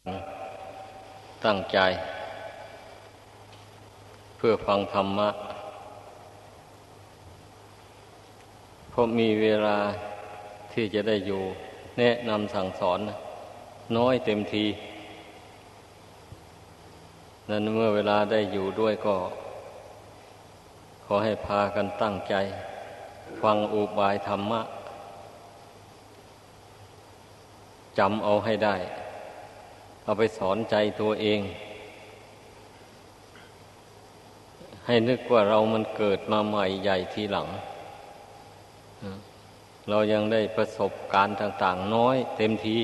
ตั้งใจเพื่อฟังธรรมะเพราะมีเวลาที่จะได้อยู่แนะนำสั่งสอนน้อยเต็มทีนั้นเมื่อเวลาได้อยู่ด้วยก็ขอให้พากันตั้งใจฟังอุบายธรรมะจำเอาให้ได้เอาไปสอนใจตัวเองให้นึกว่าเรามันเกิดมาใหม่ใหญ่ทีหลังเรายังได้ประสบการณ์ต่างๆน้อยเต็มที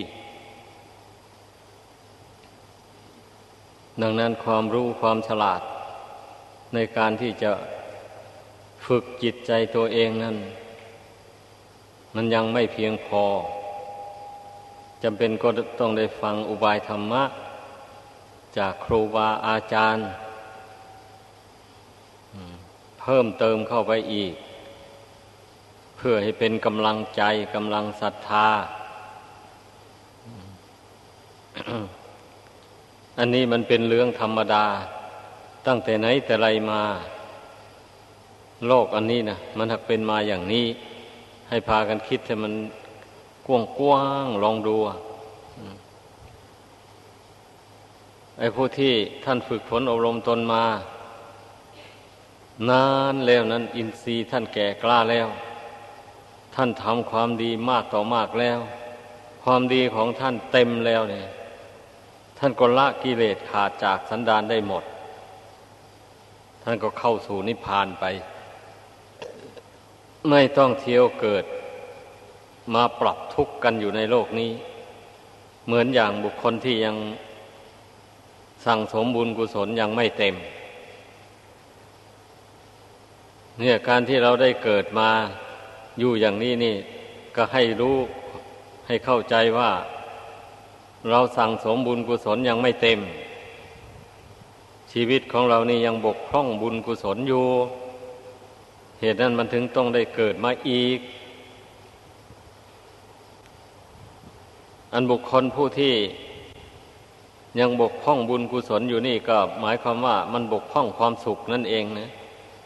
ดังนั้นความรู้ความฉลาดในการที่จะฝึกจิตใจตัวเองนั้นมันยังไม่เพียงพอจำเป็นก็ต้องได้ฟังอุบายธรรมะจากครูบาอาจารย์เพิ่มเติมเข้าไปอีกเพื่อให้เป็นกำลังใจกำลังศรัทธา อันนี้มันเป็นเรื่องธรรมดาตั้งแต่ไหนแต่ไรมาโลกอันนี้นะมันหักเป็นมาอย่างนี้ให้พากันคิดให้มันกว้างๆลองดูไอ้ผู้ที่ท่านฝึกฝนอบรมตนมานานแล้วนั้นอินทรีย์ท่านแก่กล้าแล้วท่านทำความดีมากต่อมากแล้วความดีของท่านเต็มแล้วเนี่ยท่านก็ละกิเลสขาดจากสันดานได้หมดท่านก็เข้าสู่นิพพานไปไม่ต้องเที่ยวเกิดมาปรับทุกข์กันอยู่ในโลกนี้เหมือนอย่างบุคคลที่ยังสั่งสมบุญกุศลยังไม่เต็มเนี่ยการที่เราได้เกิดมาอยู่อย่างนี้นี่ก็ให้รู้ให้เข้าใจว่าเราสั่งสมบุญกุศลยังไม่เต็มชีวิตของเรานี่ยังบกพร่องบุญกุศลอยู่เหตุนั้นมันถึงต้องได้เกิดมาอีกอันบุคคลผู้ที่ยังบกพร่องบุญกุศลอยู่นี่ก็หมายความว่ามันบกพร่องความสุขนั่นเองนะ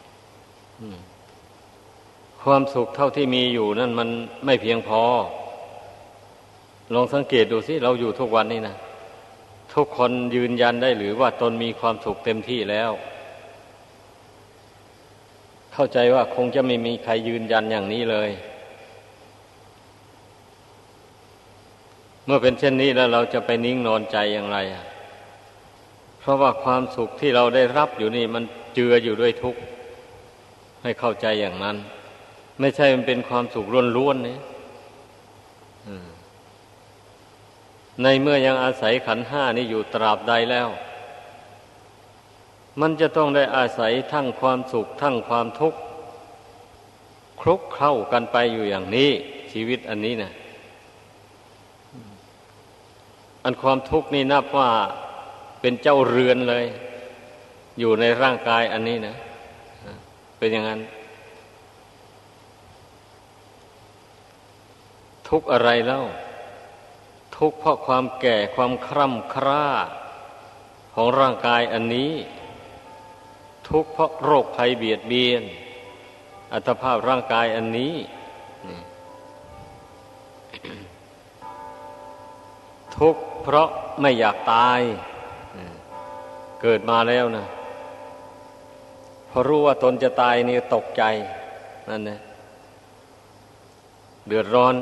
ความสุขเท่าที่มีอยู่นั่นมันไม่เพียงพอลองสังเกตดูสิเราอยู่ทุกวันนี้นะทุกคนยืนยันได้หรือว่าตนมีความสุขเต็มที่แล้วเข้าใจว่าคงจะไม่มีใครยืนยันอย่างนี้เลยเมื่อเป็นเช่นนี้แล้วเราจะไปนิ่งนอนใจอย่างไรเพราะว่าความสุขที่เราได้รับอยู่นี่มันเจืออยู่ด้วยทุกข์ให้เข้าใจอย่างนั้นไม่ใช่มันเป็นความสุขล้วนๆนี่ในเมื่อยังอาศัยขันธ์ห้านี่อยู่ตราบใดแล้วมันจะต้องได้อาศัยทั้งความสุขทั้งความทุกข์คลุกเคล้ากันไปอยู่อย่างนี้ชีวิตอันนี้นะอันความทุกข์นี่นับว่าเป็นเจ้าเรือนเลยอยู่ในร่างกายอันนี้นะเป็นอย่างนั้นทุกข์อะไรแล้วทุกข์เพราะความแก่ความคร่ำคร่าของร่างกายอันนี้ทุกข์เพราะโรคภัยเบียดเบียนอัตภาพร่างกายอันนี้ทุกข์เพราะไม่อยากตายเกิดมาแล้วนะพอรู้ว่าตนจะตายนี่ตกใจนั่นนะเดือดร้อน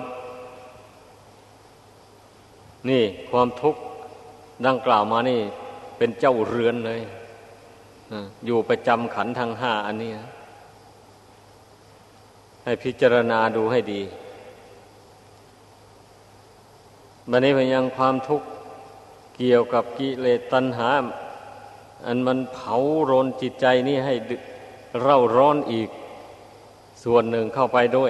นี่ความทุกข์ดังกล่าวมานี่เป็นเจ้าเรือนเลยอยู่ประจำขันธ์ทั้งห้าอันนี้ให้พิจารณาดูให้ดีบัดนี้พยังความทุกข์เกี่ยวกับกิเลสตัณหาอันมันเผารนจิตใจนี่ให้เร่าร้อนอีกส่วนหนึ่งเข้าไปด้วย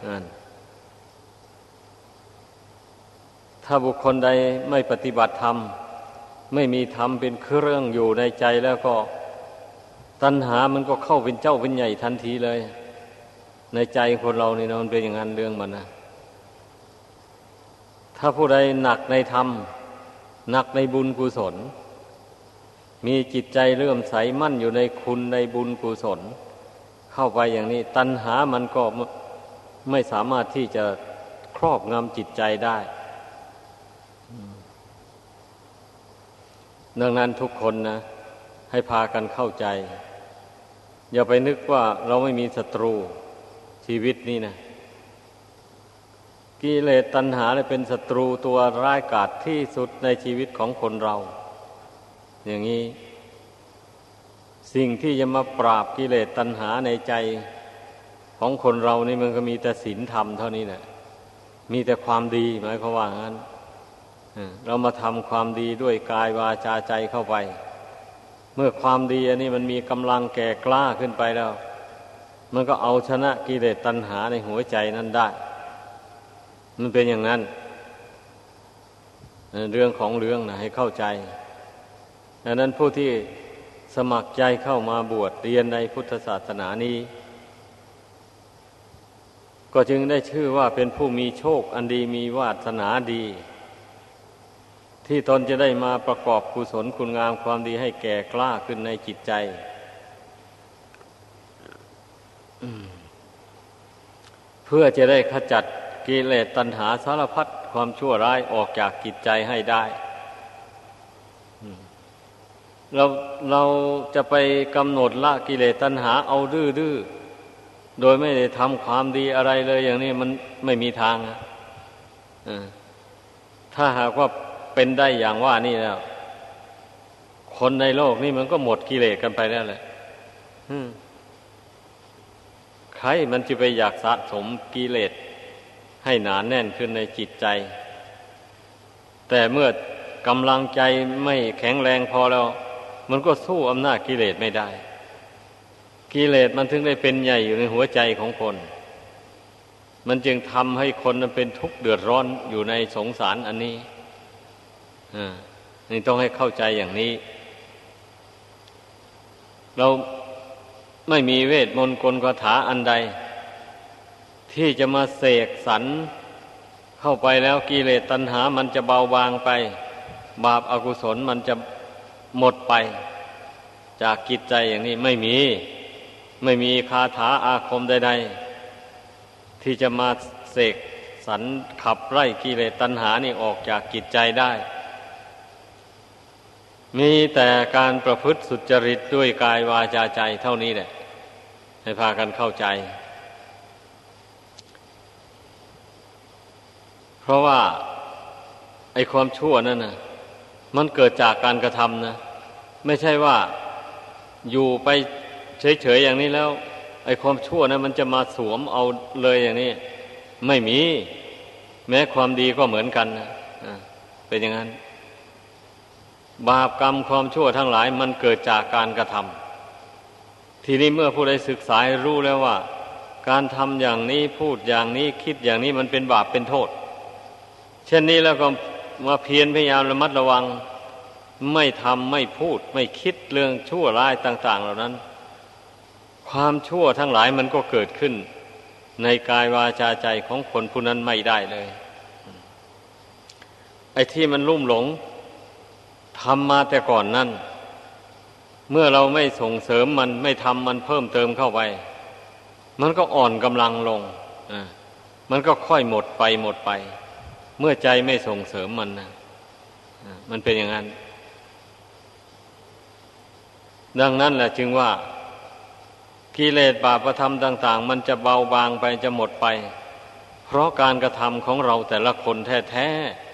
ถ้าบุคคลใดไม่ปฏิบัติธรรมไม่มีธรรมเป็นเครื่องอยู่ในใจแล้วก็ตัณหามันก็เข้าเป็นเจ้าเป็นใหญ่ทันทีเลยในใจคนเรานี่นะมันเป็นอย่างนั้นเรื่องมันนะถ้าผู้ใดหนักในธรรมหนักในบุญกุศลมีจิตใจเลื่อมใสมั่นอยู่ในคุณในบุญกุศลเข้าไปอย่างนี้ตัณหามันก็ไม่สามารถที่จะครอบงำจิตใจได้ดังนั้นทุกคนนะให้พากันเข้าใจอย่าไปนึกว่าเราไม่มีศัตรูชีวิตนี้นะกิเลสตัณหาเลยเป็นศัตรูตัวร้ายกาจที่สุดในชีวิตของคนเราอย่างนี้สิ่งที่จะมาปราบกิเลสตัณหาในใจของคนเรานี่มันก็มีแต่ศีลธรรมเท่านี้แหละมีแต่ความดีหมายความว่างั้นเรามาทำความดีด้วยกายวาจาใจเข้าไปเมื่อความดีอันนี้มันมีกำลังแก่กล้าขึ้นไปแล้วมันก็เอาชนะกิเลสตัณหาในหัวใจนั้นได้มันเป็นอย่างนั้นเรื่องของเรื่องนะให้เข้าใจดังนั้นผู้ที่สมัครใจเข้ามาบวชเรียนในพุทธศาสนานี้ก็จึงได้ชื่อว่าเป็นผู้มีโชคอันดีมีวาสนาดีที่ตนจะได้มาประกอบกุศลคุณงามความดีให้แก่กล้าขึ้นในจิตใจเพื่อจะได้ขจัดกิเลสตัณหาสารพัดความชั่วร้ายออกจากจิตใจให้ได้เราจะไปกำหนดละกิเลสตัณหาเอาดื้อๆโดยไม่ได้ทำความดีอะไรเลยอย่างนี้มันไม่มีทางถ้าหากว่าเป็นได้อย่างว่านี่แล้วคนในโลกนี่มันก็หมดกิเลสกันไปแล้วแหละใครมันจะไปอยากสะสมกิเลสให้หนาแน่นขึ้นในจิตใจแต่เมื่อกำลังใจไม่แข็งแรงพอแล้วมันก็สู้อำนาจกิเลสไม่ได้กิเลสมันถึงได้เป็นใหญ่อยู่ในหัวใจของคนมันจึงทำให้คนนั้นเป็นทุกข์เดือดร้อนอยู่ในสงสารอันนี้นี่ต้องให้เข้าใจอย่างนี้เราไม่มีเวทมนต์กลคาถาอันใดที่จะมาเสกสรรเข้าไปแล้วกิเลสตัณหามันจะเบาบางไปบาปอกุศลมันจะหมดไปจากจิตใจอย่างนี้ไม่มีคาถาอาคมใดๆที่จะมาเสกสรรขับไล่กิเลสตัณหานี่ออกจากจิตใจได้มีแต่การประพฤติสุจริตด้วยกายวาจาใจเท่านี้แหละให้พากันเข้าใจเพราะว่าไอ้ความชั่วนั่นน่ะมันเกิดจากการกระทำนะไม่ใช่ว่าอยู่ไปเฉยๆอย่างนี้แล้วไอ้ความชั่วนั้นมันจะมาสวมเอาเลยอย่างนี้ไม่มีแม้ความดีก็เหมือนกันนะเป็นอย่างนั้นบาปกรรมความชั่วทั้งหลายมันเกิดจากการกระทำทีนี้เมื่อผู้ใดศึกษารู้แล้วว่าการทำอย่างนี้พูดอย่างนี้คิดอย่างนี้มันเป็นบาปเป็นโทษเช่นนี้แล้วก็มาเพียรพยายามระมัดระวังไม่ทำไม่พูดไม่คิดเรื่องชั่วร้ายต่างๆเหล่านั้นความชั่วทั้งหลายมันก็เกิดขึ้นในกายวาจาใจของคนผู้นั้นไม่ได้เลยไอ้ที่มันลุ่มหลงทำมาแต่ก่อนนั้นเมื่อเราไม่ส่งเสริมมันไม่ทำมันเพิ่มเติมเข้าไปมันก็อ่อนกำลังลงมันก็ค่อยหมดไปเมื่อใจไม่ส่งเสริมมันนะมันเป็นอย่างนั้นดังนั้นแหละจึงว่ากิเลสบาปธรรมต่างๆมันจะเบาบางไปจะหมดไปเพราะการกระทำของเราแต่ละคนแท้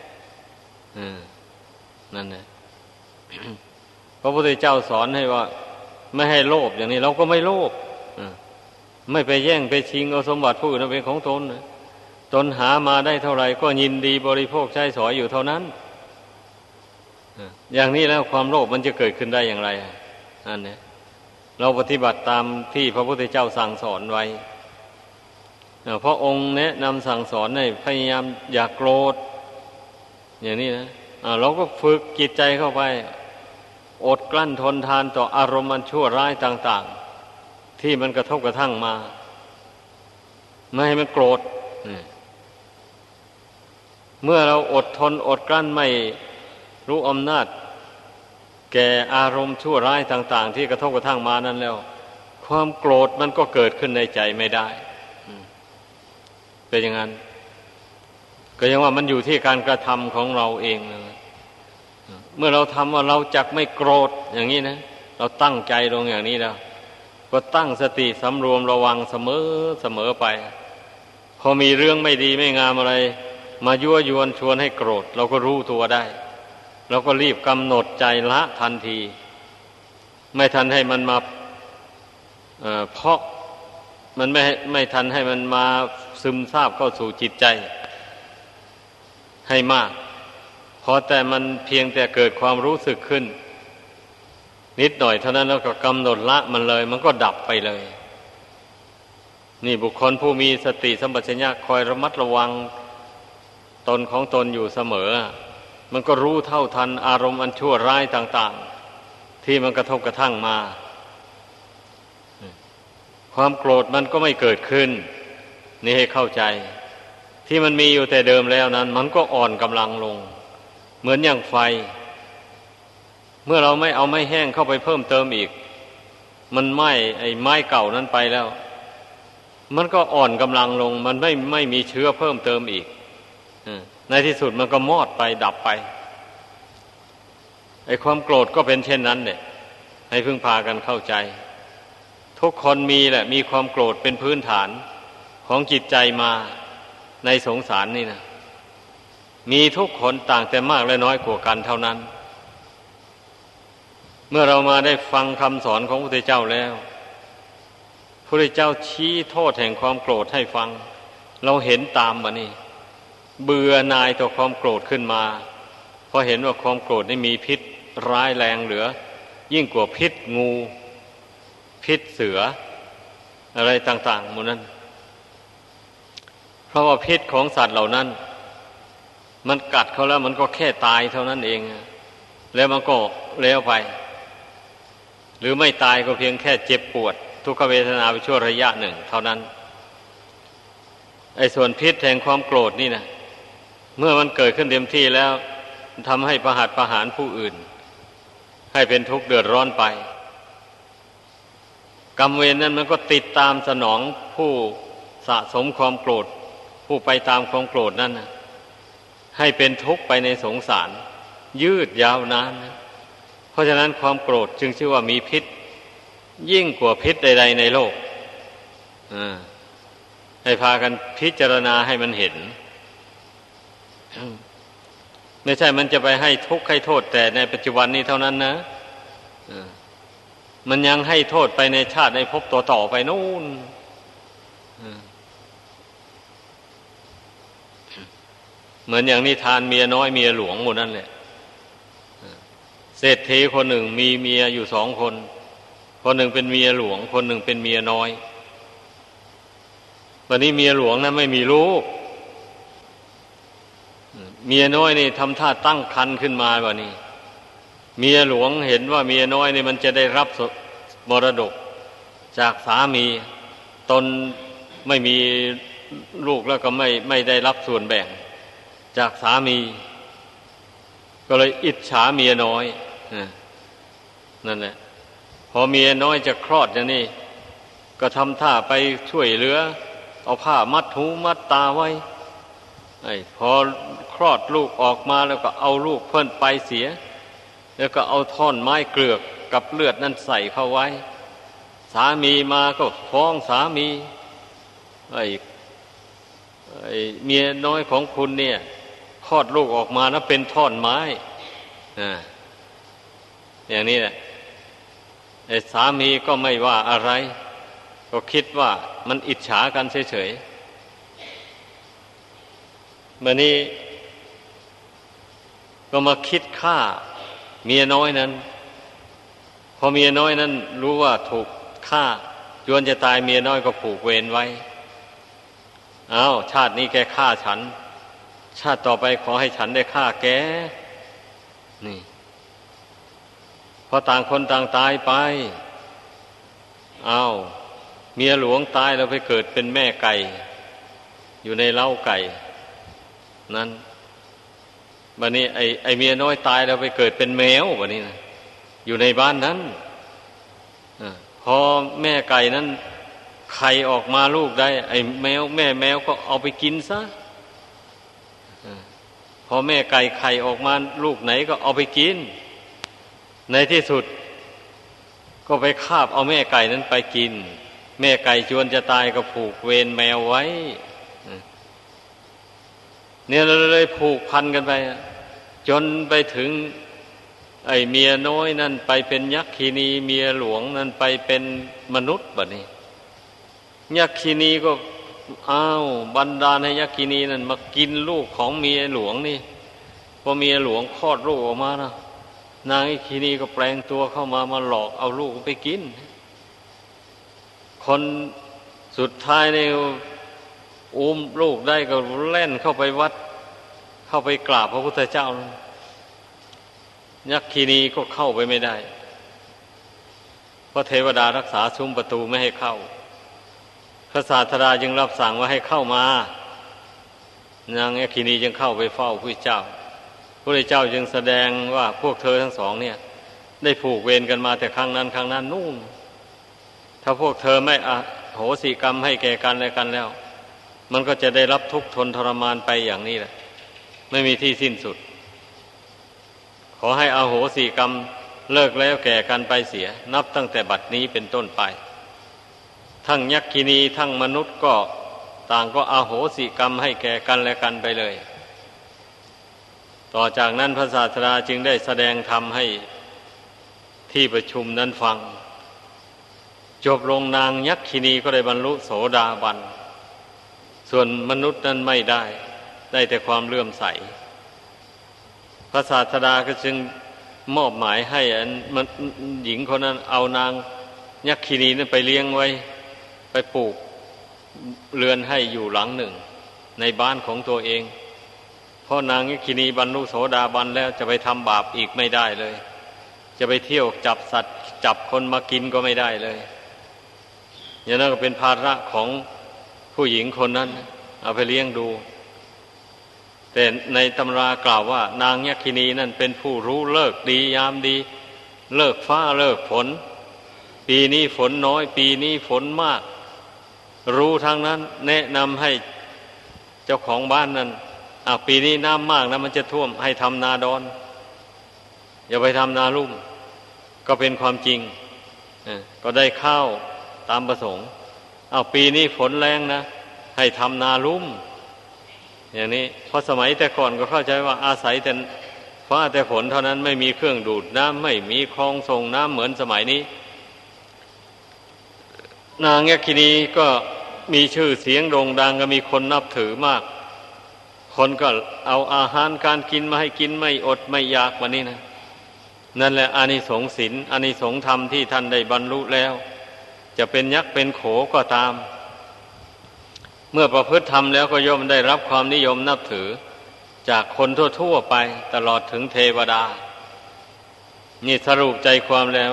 ๆนั่นแหละ พระพุทธเจ้าสอนให้ว่าไม่ให้โลภอย่างนี้เราก็ไม่โลภไม่ไปแย่งไปชิงเอาสมบัติผู้อื่นเป็นของตนตนหามาได้เท่าไหร่ก็ยินดีบริโภคใช้สอยอยู่เท่านั้นอย่างนี้แล้วความโลภมันจะเกิดขึ้นได้อย่างไรอันนี้เราปฏิบัติตามที่พระพุทธเจ้าสั่งสอนไว้พระองค์แนะนำสั่งสอนให้พยายามอย่าโกรธอย่างนี้นะเราก็ฝึกจิตใจเข้าไปอดกลั้นทนทานต่ออารมณ์มันชั่วร้ายต่างๆที่มันกระทบกระทั่งมาไม่ให้มันโกรธเมื่อเราอดทนอดกลั้นรู้อำนาจแก่อารมณ์ชั่วร้ายต่างๆที่กระทบกระทั่งมานั้นแล้วความโกรธมันก็เกิดขึ้นในใจไม่ได้เป็นอย่างนั้นก็ยังว่ามันอยู่ที่การกระทำของเราเองนะเมื่อเราทำว่าเราจักไม่โกรธอย่างนี้นะเราตั้งใจลงอย่างนี้แล้วก็ตั้งสติสำรวมระวังเสมอไปพอมีเรื่องไม่ดีไม่งามอะไรมายั่วยวนชวนให้โกรธเราก็รู้ตัวได้เราก็รีบกำหนดใจละทันทีไม่ทันให้มันมาเพราะมันไม่ทันให้มันมาซึมซาบเข้าสู่จิตใจให้มากพอแต่มันเพียงแต่เกิดความรู้สึกขึ้นนิดหน่อยเท่านั้นแล้วก็กำหนดละมันเลยมันก็ดับไปเลยนี่บุคคลผู้มีสติสัมปชัญญะคอยระมัดระวังตนของตนอยู่เสมอมันก็รู้เท่าทันอารมณ์อันชั่วร้ายต่างๆที่มันกระทบกระทั่งมาความโกรธมันก็ไม่เกิดขึ้นนี่ให้เข้าใจที่มันมีอยู่แต่เดิมแล้วนั้นมันก็อ่อนกำลังลงเหมือนอย่างไฟเมื่อเราไม่เอาไม้แห้งเข้าไปเพิ่มเติมอีกมันไหม้ไอ้ไม้เก่านั้นไปแล้วมันก็อ่อนกำลังลงมันไม่มีเชื้อเพิ่มเติมอีกในที่สุดมันก็มอดไปดับไปไอ้ความโกรธก็เป็นเช่นนั้นเนี่ยให้พึงพากันเข้าใจทุกคนมีแหละมีความโกรธเป็นพื้นฐานของจิตใจมาในสงสารนี่นะมีทุกคนต่างแต่มากและน้อยกว่ากันเท่านั้นเมื่อเรามาได้ฟังคำสอนของพระพุทธเจ้าแล้วพระพุทธเจ้าชี้โทษแห่งความโกรธให้ฟังเราเห็นตามมานี่เบื่อหน่ายต่อความโกรธขึ้นมาเพราะเห็นว่าความโกรธนี่มีพิษร้ายแรงเหลือยิ่งกว่าพิษงูพิษเสืออะไรต่างๆหมดนั้นเพราะว่าพิษของสัตว์เหล่านั้นมันกัดเขาแล้วมันก็แค่ตายเท่านั้นเองแล้วมันก็แล้วไปหรือไม่ตายก็เพียงแค่เจ็บปวดทุกขเวทนาไปชั่วระยะหนึ่งเท่านั้นไอ้ส่วนพิษแห่งความโกรธนี่นะเมื่อมันเกิดขึ้นเต็มที่แล้วทำให้ประหัตประหารผู้อื่นให้เป็นทุกข์เดือดร้อนไปกรรมเวรนั้นมันก็ติดตามสนองผู้สะสมความโกรธผู้ไปตามความโกรธนั่นนะให้เป็นทุกข์ไปในสงสารยืดยาวนานนะเพราะฉะนั้นความโกรธจึงชื่อว่ามีพิษยิ่งกว่าพิษใดๆในโลกให้พากันพิจารณาให้มันเห็นไม่ใช่มันจะไปให้ทุกข์ให้โทษแต่ในปัจจุบันนี้เท่านั้นนะมันยังให้โทษไปในชาติในภพต่อไปนู่นเหมือนอย่างนิทานเมียน้อยเมียหลวงหมดนั่นแหละเศรษฐีคนหนึ่งมีเมียอยู่2 คนคนหนึ่งเป็นเมียหลวงคนหนึ่งเป็นเมียน้อยวันนี้เมียหลวงนะไม่มีลูกเมียน้อยนี่ทำท่าตั้งครรภ์ขึ้นมาว่านี่เมียหลวงเห็นว่าเมียน้อยนี่มันจะได้รับมรดกจากสามีตนไม่มีลูกแล้วก็ไม่ได้รับส่วนแบ่งจากสามีก็เลยอิจฉาเมียน้อยนั่นแหละพอเมียน้อยจะคลอดอย่างนี้ก็ทำท่าไปช่วยเหลือเอาผ้ามัดหูมัดตาไว้พอคลอดลูกออกมาแล้วก็เอาลูกเพิ่นไปเสียแล้วก็เอาท่อนไม้เกลือกกับเลือดนั้นใส่เข้าไว้สามีมาก็ฟ้องสามีไอ้เมียน้อยของคุณเนี่ยคลอดลูกออกมาแล้วเป็นท่อนไม้อย่างนี้แหละไอ้สามีก็ไม่ว่าอะไรก็คิดว่ามันอิจฉากันเฉยๆเมื่อนี้ก็มาคิดฆ่าเมียน้อยนั้นพอเมียน้อยนั้นรู้ว่าถูกฆ่าจวนจะตายเมียน้อยก็ผูกเวรไว้ชาตินี้แกฆ่าฉันชาติต่อไปขอให้ฉันได้ฆ่าแกนี่พอต่างคนต่างตายไปเมียหลวงตายแล้วไปเกิดเป็นแม่ไก่อยู่ในเล้าไก่นั้นบัดนี้ไอเมียน้อยตายแล้วไปเกิดเป็นแมวบัดนี้นะอยู่ในบ้านนั้นพอแม่ไก่นั้นไข่ออกมาลูกได้ไอแม่แมวก็เอาไปกินซะพอแม่ไก่ไข่ออกมาลูกไหนก็เอาไปกินในที่สุดก็ไปคาบเอาแม่ไก่นั้นไปกินแม่ไก่จวนจะตายก็ผูกเวรแมวไว้เนี่ยเราเลยผูกพันกันไปจนไปถึงไอ้เมียน้อยนั่นไปเป็นยักษินีเมียหลวงนั่นไปเป็นมนุษย์บัดนี้ยักษินีก็บันดาลให้ยักษินีนั่นมากินลูกของเมียหลวงนี่พอเมียหลวงคลอดลูกออกมานะนางยักษินีก็แปลงตัวเข้ามาหลอกเอาลูกไปกินคนสุดท้ายเนี่ยอุ้มลูกได้ก็เล่นเข้าไปวัดเข้าไปกราบพระพุทธเจ้ายักษินีก็เข้าไปไม่ได้เพราะเทวดารักษาซุ้มประตูไม่ให้เข้าพระศาสดาจึงรับสั่งว่าให้เข้ามานางยักษินีจึงเข้าไปเฝ้าพระเจ้าพระเจ้าจึงแสดงว่าพวกเธอทั้งสองเนี่ยได้ผูกเวรกันมาแต่ครั้งนั้นนู่นถ้าพวกเธอไม่อโหสิกรรมให้แก่กันและกันแล้วมันก็จะได้รับทุกข์ทนทรมานไปอย่างนี้แหละไม่มีที่สิ้นสุดขอให้อโหสิกรรมเลิกแล้วแก่กันไปเสียนับตั้งแต่บัดนี้เป็นต้นไปทั้งยักษินีทั้งมนุษย์ก็ต่างก็อโหสิกรรมให้แก่กันและกันไปเลยต่อจากนั้นพระศาสดาจึงได้แสดงธรรมให้ที่ประชุมนั้นฟังจบลงนางยักษินีก็ได้บรรลุโสดาบันส่วนมนุษย์นั้นไม่ได้แต่ความเลื่อมใสพระศาสดาก็จึงมอบหมายให้หญิงคนนั้นเอานางยักษินีนั้นไปเลี้ยงไว้ไปปลูกเรือนให้อยู่หลังหนึ่งในบ้านของตัวเองเพราะนางยักษินีบรรลุโสดาบันแล้วจะไปทำบาปอีกไม่ได้เลยจะไปเที่ยวจับสัตว์จับคนมากินก็ไม่ได้เลยอย่างนั้นก็เป็นภาระของผู้หญิงคนนั้นเอาไปเลี้ยงดูแต่ในตำรากล่าวว่านางยักษินีนั่นเป็นผู้รู้เลิกดียามดีเลิกฟ้าเลิกฝนปีนี้ฝนน้อยปีนี้ฝนมากรู้ทางนั้นแนะนำให้เจ้าของบ้านนั้นปีนี้น้ำมากนะมันจะท่วมให้ทำนาดอนอย่าไปทำนาลุ่มก็เป็นความจริงก็ได้ข้าวตามประสงค์ปีนี้ฝนแรงนะให้ทำนาลุ่มอย่างนี้เพราะสมัยแต่ก่อนก็เข้าใจว่าอาศัยแต่ฟ้าแต่ฝนเท่านั้นไม่มีเครื่องดูดน้ำไม่มีคลองส่งน้ำเหมือนสมัยนี้นางยักษินีก็มีชื่อเสียงโด่งดังก็มีคนนับถือมากคนก็เอาอาหารการกินมาให้กินไม่อดไม่อยากวันนี้นะนั่นแหละอานิสงส์ศีลอานิสงส์ธรรมที่ท่านได้บรรลุแล้วจะเป็นยักษ์เป็นโขก็ตามเมื่อประพฤติธรรมแล้วก็ย่อมได้รับความนิยมนับถือจากคนทั่วๆไปตลอดถึงเทวดานี่สรุปใจความแล้ว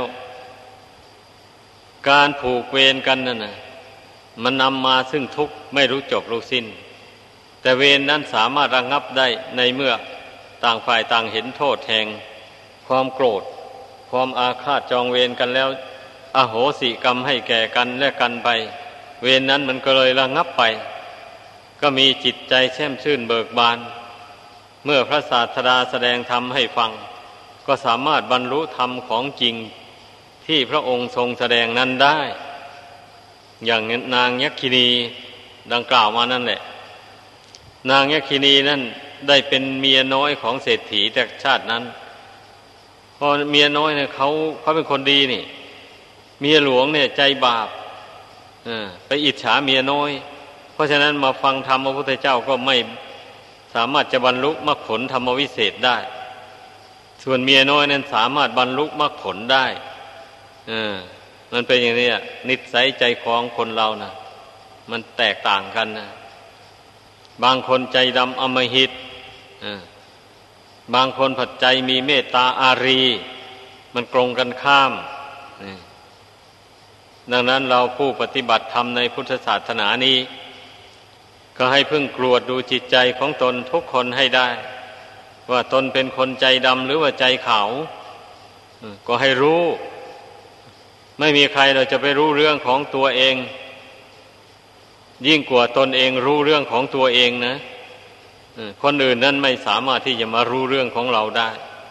การผูกเวรกันนั่นน่ะมันนำมาซึ่งทุกข์ไม่รู้จบรู้สิ้นแต่เวรนั้นสามารถระงับได้ในเมื่อต่างฝ่ายต่างเห็นโทษแห่งความโกรธความอาฆาตจองเวรกันแล้วอโหสิกรรมให้แก่กันและกันไปเวรนั้นมันก็เลยระงับไปก็มีจิตใจแช่มชื่นเบิกบานเมื่อพระศาสดาแสดงธรรมให้ฟังก็สามารถบรรลุธรรมของจริงที่พระองค์ทรงแสดงนั้นได้อย่างนางยักษินีดังกล่าวมานั่นแหละนางยักษินีนั่นได้เป็นเมียน้อยของเศรษฐีแต่ชาตินั้นพอเมียน้อยเนี่ยเขาเป็นคนดีนี่เมียหลวงเนี่ยใจบาปไปอิจฉาเมียน้อยเพราะฉะนั้นมาฟังธรรมพระพุทธเจ้าก็ไม่สามารถจะบรรลุมรรคผลธรรมวิเศษได้ส่วนเมียน้อยนั้นสามารถบรรลุมรรคผลได้มันเป็นอย่างนี้นิสัยใจคอของคนเรานะมันแตกต่างกันนะบางคนใจดำอำมหิตบางคนผัดใจมีเมตตาอารีมันตรงกันข้ามดังนั้นเราผู้ปฏิบัติธรรมในพุทธศาสนานี้ก็ให้พึ่งกรวดดูจิตใจของตนทุกคนให้ได้ว่าตนเป็นคนใจดำหรือว่าใจขาวก็ให้รู้ไม่มีใครเราจะไปรู้เรื่องของตัวเองยิ่งกว่าตนเองรู้เรื่องของตัวเองนะคนอื่นนั้นไม่สามารถที่จะมารู้เรื่องของเราได้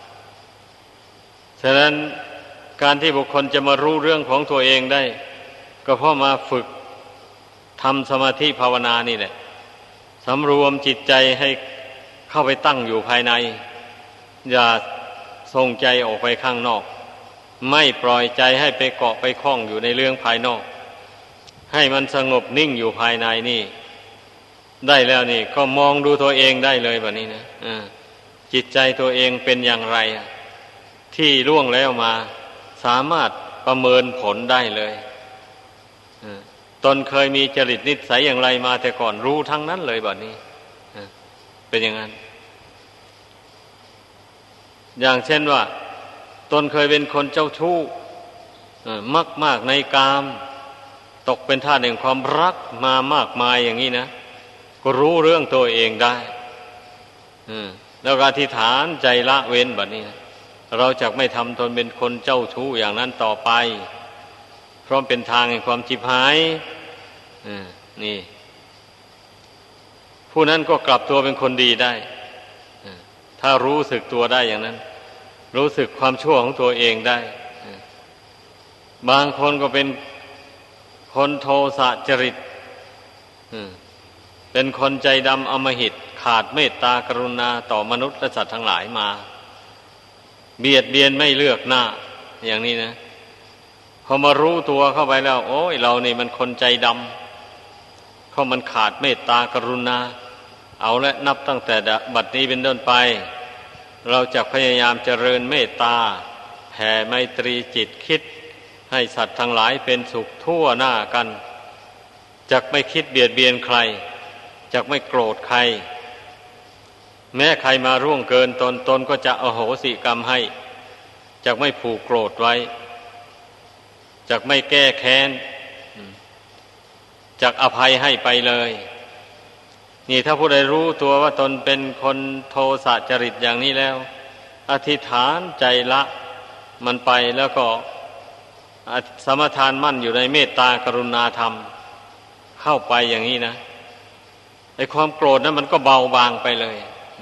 ฉะนั้นการที่บุคคลจะมารู้เรื่องของตัวเองได้ก็เพราะมาฝึกทำสมาธิภาวนานี่แหละสำรวมจิตใจให้เข้าไปตั้งอยู่ภายในอย่าส่งใจออกไปข้างนอกไม่ปล่อยใจให้ไปเกาะไปคล้องอยู่ในเรื่องภายนอกให้มันสงบนิ่งอยู่ภายในนี่ได้แล้วนี่ก็มองดูตัวเองได้เลยแบบนี้นะจิตใจตัวเองเป็นอย่างไรที่ล่วงแล้วมาสามารถประเมินผลได้เลยตนเคยมีจริตนิสัยอย่างไรมาแต่ก่อนรู้ทั้งนั้นเลยแบบนี้เป็นอย่างนั้นอย่างเช่นว่าตนเคยเป็นคนเจ้าชู้มากในกามตกเป็นทาสแห่งความรักมามากมายอย่างนี้นะก็รู้เรื่องตัวเองได้แล้วก็อธิษฐานใจละเว้นแบบนี้นะเราจะไม่ทำตนเป็นคนเจ้าชู้อย่างนั้นต่อไปเพราะเป็นทางแห่งความชิบหายนี่ผู้นั้นก็กลับตัวเป็นคนดีได้ถ้ารู้สึกตัวได้อย่างนั้นรู้สึกความชั่วของตัวเองได้บางคนก็เป็นคนโทสะจริตเป็นคนใจดำอำมหิตขาดเมตตากรุณาต่อมนุษย์และสัตว์ทั้งหลายมาเบียดเบียนไม่เลือกหน้าอย่างนี้นะพอมารู้ตัวเข้าไปแล้วโอ้ยเรานี่มันคนใจดำเพราะมันขาดเมตตากรุณาเอาละนับตั้งแต่บัดนี้เป็นต้นไปเราจะพยายามเจริญเมตตาแผ่ไมตรีจิตคิดให้สัตว์ทั้งหลายเป็นสุขทั่วหน้ากันจักไม่คิดเบียดเบียนใครจักไม่โกรธใครแม้ใครมาร่วงเกินตนก็จะอโหสิกรรมให้จักไม่ผูกโกรธไว้จักไม่แก้แค้นจักอภัยให้ไปเลยนี่ถ้าผู้ใดรู้ตัวว่าตนเป็นคนโทสะจริตอย่างนี้แล้วอธิษฐานใจละมันไปแล้วก็สมทานมั่นอยู่ในเมตตากรุณาธรรมเข้าไปอย่างนี้นะไอ้ความโกรธนั้นมันก็เบาบางไปเลย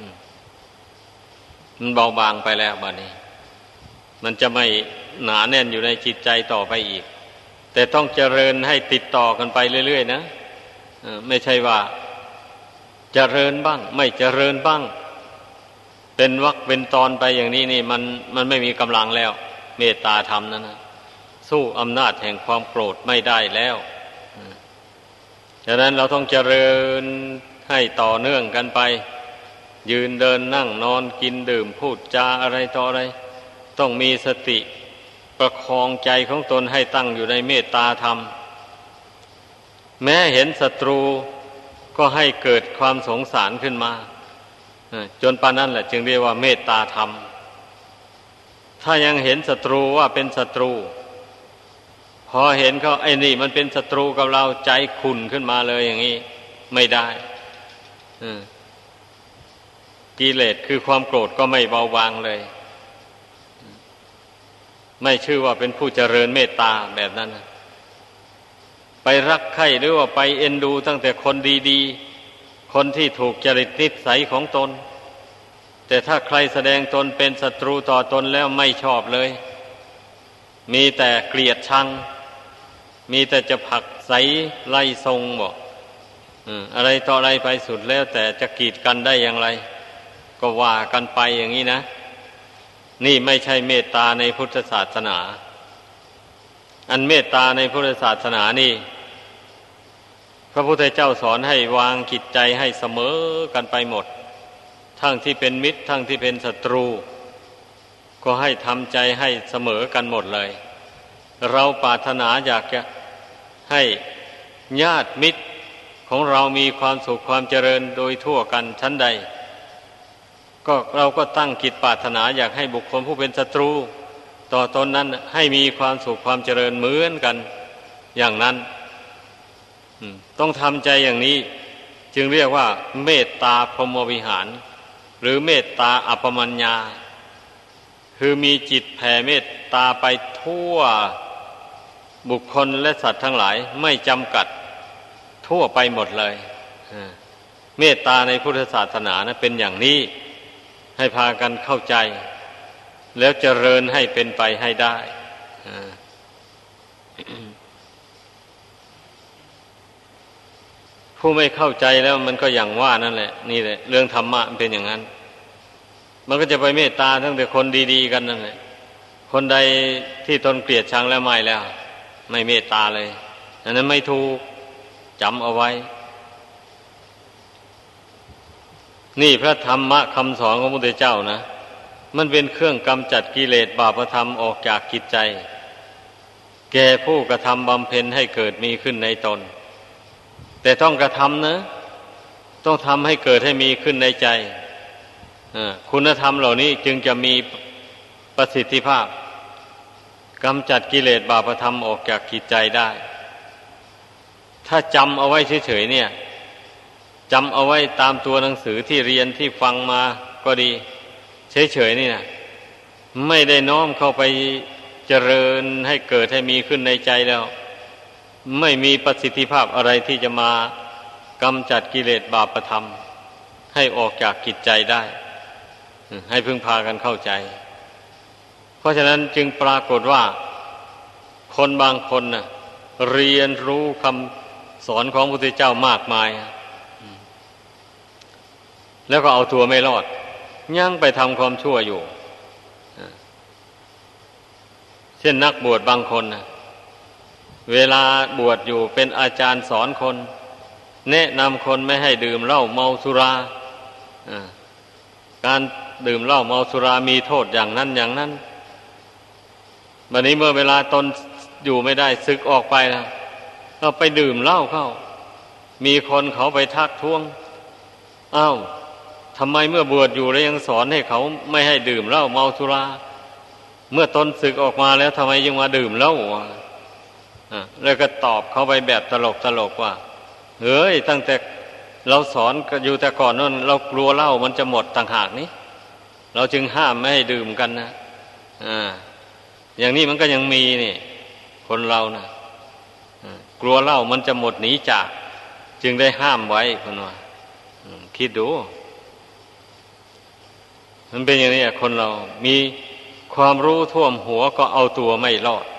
มันเบาบางไปแล้วบัดนี้มันจะไม่หนาแน่นอยู่ในจิตใจต่อไปอีกแต่ต้องเจริญให้ติดต่อกันไปเรื่อยๆนะไม่ใช่ว่าเจริญบ้างไม่เจริญบ้างเป็นวรรคเป็นตอนไปอย่างนี้นี่มันไม่มีกำลังแล้วเมตตาธรรมนั้นนะสู้อำนาจแห่งความโกรธไม่ได้แล้วฉะนั้นเราต้องเจริญให้ต่อเนื่องกันไปยืนเดินนั่งนอนกินดื่มพูดจาอะไรต่ออะไรต้องมีสติประคองใจของตนให้ตั้งอยู่ในเมตตาธรรมแม้เห็นศัตรูก็ให้เกิดความสงสารขึ้นมาจนปานนั้นแหละจึงเรียกว่าเมตตาธรรมถ้ายังเห็นศัตรูว่าเป็นศัตรูพอเห็นเขาไอ้นี่มันเป็นศัตรูกับเราใจขุ่นขึ้นมาเลยอย่างนี้ไม่ได้กิเลสคือความโกรธก็ไม่เบาบางเลยไม่ชื่อว่าเป็นผู้เจริญเมตตาแบบนั้นไปรักใคร่หรือว่าไปเอ็นดูตั้งแต่คนดีๆคนที่ถูกจริตนิสัยของตนแต่ถ้าใครแสดงตนเป็นศัตรูต่อตนแล้วไม่ชอบเลยมีแต่เกลียดชังมีแต่จะผลักไสไล่ทรงบอกอะไรต่ออะไรไปสุดแล้วแต่จะกีดกันได้อย่างไรก็ว่ากันไปอย่างนี้นะนี่ไม่ใช่เมตตาในพุทธศาสนาอันเมตตาในพุทธศาสนานี่พระพุทธเจ้าสอนให้วางจิตใจให้เสมอกันไปหมดทั้งที่เป็นมิตรทั้งที่เป็นศัตรูก็ให้ทำใจให้เสมอกันหมดเลยเราปรารถนาอยากจะให้ญาติมิตรของเรามีความสุขความเจริญโดยทั่วกันชั้นใดก็เราก็ตั้งจิตปรารถนาอยากให้บุคคลผู้เป็นศัตรูต่อตนนั้นให้มีความสุขความเจริญเหมือนกันอย่างนั้นต้องทำใจอย่างนี้จึงเรียกว่าเมตตาพรหมวิหารหรือเมตตาอัปปมัญญาคือมีจิตแผ่เมตตาไปทั่วบุคคลและสัตว์ทั้งหลายไม่จำกัดทั่วไปหมดเลยเมตตาในพุทธศาสนานะเป็นอย่างนี้ให้พากันเข้าใจแล้วเจริญให้เป็นไปให้ได้ผู้ไม่เข้าใจแล้วมันก็อย่างว่านั่นแหละนี่แหละเรื่องธรรมะมันเป็นอย่างนั้นมันก็จะไปเมตตาทั้งแต่คนดีๆกันนั่นแหละคนใดที่ตนเกลียดชังแล้วไม่เมตตาเลยอันนั้นไม่ถูกจำเอาไว้นี่พระธรรมะคำสอนของพระพุทธเจ้านะมันเป็นเครื่องกำจัดกิเลสบาปธรรมออกจากจิตใจแก่ผู้กระทำบำเพ็ญให้เกิดมีขึ้นในตนแต่ต้องกระทำนะต้องทำให้เกิดให้มีขึ้นในใจคุณธรรมเหล่านี้จึงจะมีประสิทธิภาพกำจัดกิเลสบาปธรรมออกจากจิตใจได้ถ้าจำเอาไว้เฉยๆเนี่ยจำเอาไว้ตามตัวหนังสือที่เรียนที่ฟังมาก็ดีเฉยๆนี่นะไม่ได้น้อมเข้าไปเจริญให้เกิดให้มีขึ้นในใจแล้วไม่มีประสิทธิภาพอะไรที่จะมากำจัดกิเลสบาปธรรมให้ออกจากจิตใจได้ให้พึงพากันเข้าใจเพราะฉะนั้นจึงปรากฏว่าคนบางคนน่ะเรียนรู้คำสอนของพระพุทธเจ้ามากมายแล้วก็เอาตัวไม่รอดยังไปทำความชั่วอยู่เช่นนักบวชบางคนน่ะเวลาบวชอยู่เป็นอาจารย์สอนคนแนะนำคนไม่ให้ดื่มเหล้าเมาสุราการดื่มเหล้าเมาสุรามีโทษอย่างนั้นอย่างนั้นบัดนี้เมื่อเวลาตนอยู่ไม่ได้สึกออกไปแล้วก็ไปดื่มเหล้าเข้ามีคนเขาไปทักท้วงอ้าวทำไมเมื่อบวชอยู่แล้วยังสอนให้เขาไม่ให้ดื่มเหล้าเมาสุราเมื่อตนสึกออกมาแล้วทำไมยังมาดื่มเหล้าแล้วก็ตอบเขาไปแบบตลกว่าเฮ้ยตั้งแต่เราสอนอยู่แต่ก่อนนั่นเรากลัวเหล้ามันจะหมดต่างหากนี้เราจึงห้ามไม่ให้ดื่มกันนะอย่างนี้มันก็ยังมีนี่คนเรานะกลัวเหล้ามันจะหมดหนีจากจึงได้ห้ามไว้คนว่าคิดดูมันเป็นอย่างนี้คนเรามีความรู้ท่วมหัวก็เอาตัวไม่รอด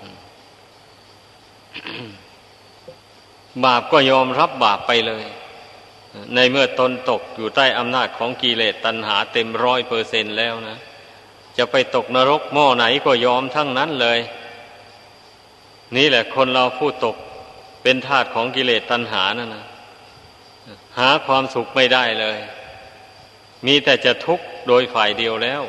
บาปก็ยอมรับบาปไปเลยในเมื่อตนตกอยู่ใต้อำนาจของกิเลสตัณหาเต็ม100%แล้วนะจะไปตกนรกหม้อไหนก็ยอมทั้งนั้นเลยนี่แหละคนเราผู้ตกเป็นทาสของกิเลสตัณหานั่นนะหาความสุขไม่ได้เลยมีแต่จะทุกข์โดยฝ่ายเดียวแล้ว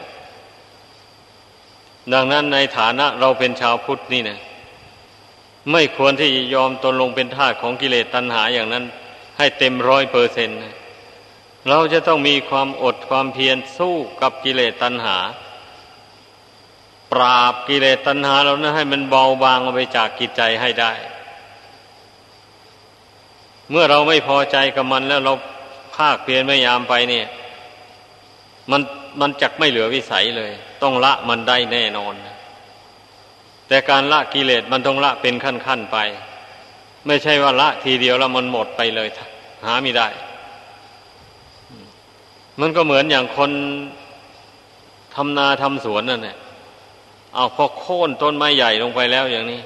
ดังนั้นในฐานะเราเป็นชาวพุทธนี่นะไม่ควรที่จะยอมตนลงเป็นทาสของกิเลสตัณหาอย่างนั้นให้เต็ม100%นะเราจะต้องมีความอดความเพียรสู้กับกิเลสตัณหาปราบกิเลสตัณหาเรานั้นให้มันเบาบางออกไปจากจิตใจให้ได้เมื่อเราไม่พอใจกับมันแล้วเราภาคเพียรพยายามไปเนี่ยมันจักไม่เหลือวิสัยเลยต้องละมันได้แน่นอนแต่การละกิเลสมันต้องละเป็นขั้นๆไปไม่ใช่ว่าละทีเดียวแล้วมันหมดไปเลยหาไม่ได้มันก็เหมือนอย่างคนทำนาทำสวนนั่นแหละเอาพอโค่นต้นไม้ใหญ่ลงไปแล้วอย่างนี้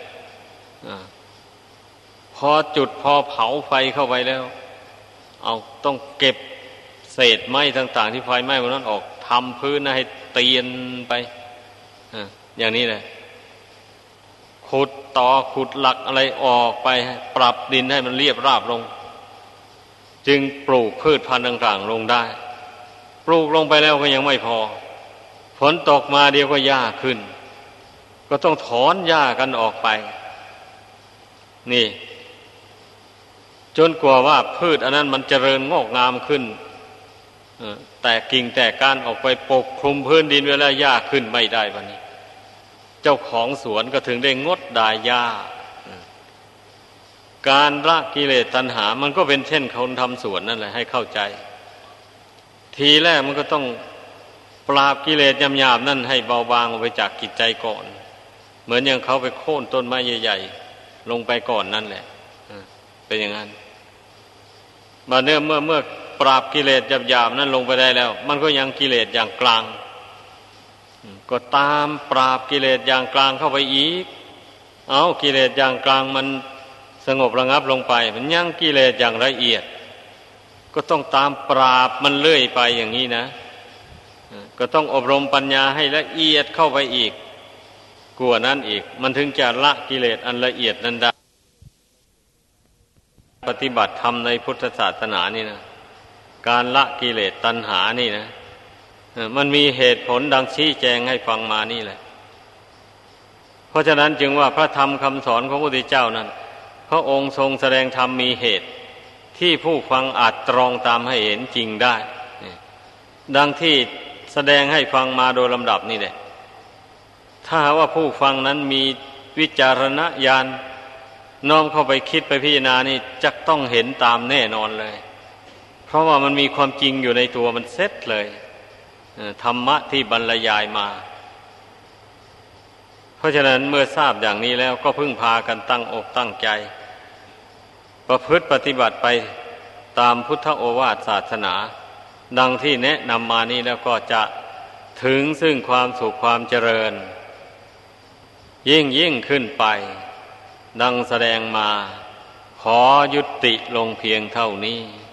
พอจุดพอเผาไฟเข้าไปแล้วเอาต้องเก็บเศษไม้ต่างๆที่ไฟไหม้วันนั้นออกทำพื้นให้เตียนไปอย่างนี้เลยขุดต่อขุดหลักอะไรออกไปปรับดินให้มันเรียบราบลงจึงปลูกพืชพันธุ์ต่างๆลงได้ปลูกลงไปแล้วก็ยังไม่พอฝนตกมาเดียวก็หญ้าขึ้นก็ต้องถอนหญ้ากันออกไปนี่จนกว่าว่าพืชอันนั้นมันเจริญงอกงามขึ้นแต่กิ่งแต่ก้านออกไปปกคลุมพื้นดินเวลาหญ้าขึ้นไม่ได้บัดนี้เจ้าของสวนก็ถึงได้งดดายหญ้าการละกิเลสตัณหามันก็เป็นเช่นคนทำสวนนั่นแหละให้เข้าใจทีแรกมันก็ต้องปราบกิเลสหยาบๆนั่นให้เบาบางออกไปจากจิตใจก่อนเหมือนอย่างเขาไปโค่นต้นไม้ใหญ่ๆลงไปก่อนนั่นแหละเป็นอย่างนั้นบัดนี้เมื่อปราบกิเลสหยาบๆนั้นลงไปได้แล้วมันก็ยังกิเลสอย่างกลางก็ตามปราบกิเลสอย่างกลางเข้าไปอีกเอากิเลสอย่างกลางมันสงบระงับลงไปมันยังกิเลสอย่างละเอียดก็ต้องตามปราบมันเรื่อยไปอย่างนี้นะก็ต้องอบรมปัญญาให้ละเอียดเข้าไปอีกกว่านั้นอีกมันถึงจะละกิเลสอันละเอียดนั้นได้ปฏิบัติธรรมในพุทธศาสนานี่นะการละกิเลสตัณหานี่นะมันมีเหตุผลดังชี้แจงให้ฟังมานี่แหละเพราะฉะนั้นจึงว่าพระธรรมคำสอนของพระพุทธเจ้านั้นพระองค์ทรงแสดงธรรมมีเหตุที่ผู้ฟังอาจตรองตามให้เห็นจริงได้ดังที่แสดงให้ฟังมาโดยลำดับนี่แหละถ้าว่าผู้ฟังนั้นมีวิจารณญาณน้อมเข้าไปคิดไปพิจารณานี่จะต้องเห็นตามแน่นอนเลยเพราะว่ามันมีความจริงอยู่ในตัวมันเซ็ตเลยธรรมะที่บรรยายมาเพราะฉะนั้นเมื่อทราบอย่างนี้แล้วก็พึ่งพากันตั้งอกตั้งใจประพฤติปฏิบัติไปตามพุทธโอวาทศาสนาดังที่แนะนำมานี้แล้วก็จะถึงซึ่งความสุขความเจริญยิ่งขึ้นไปดังแสดงมาขอยุติลงเพียงเท่านี้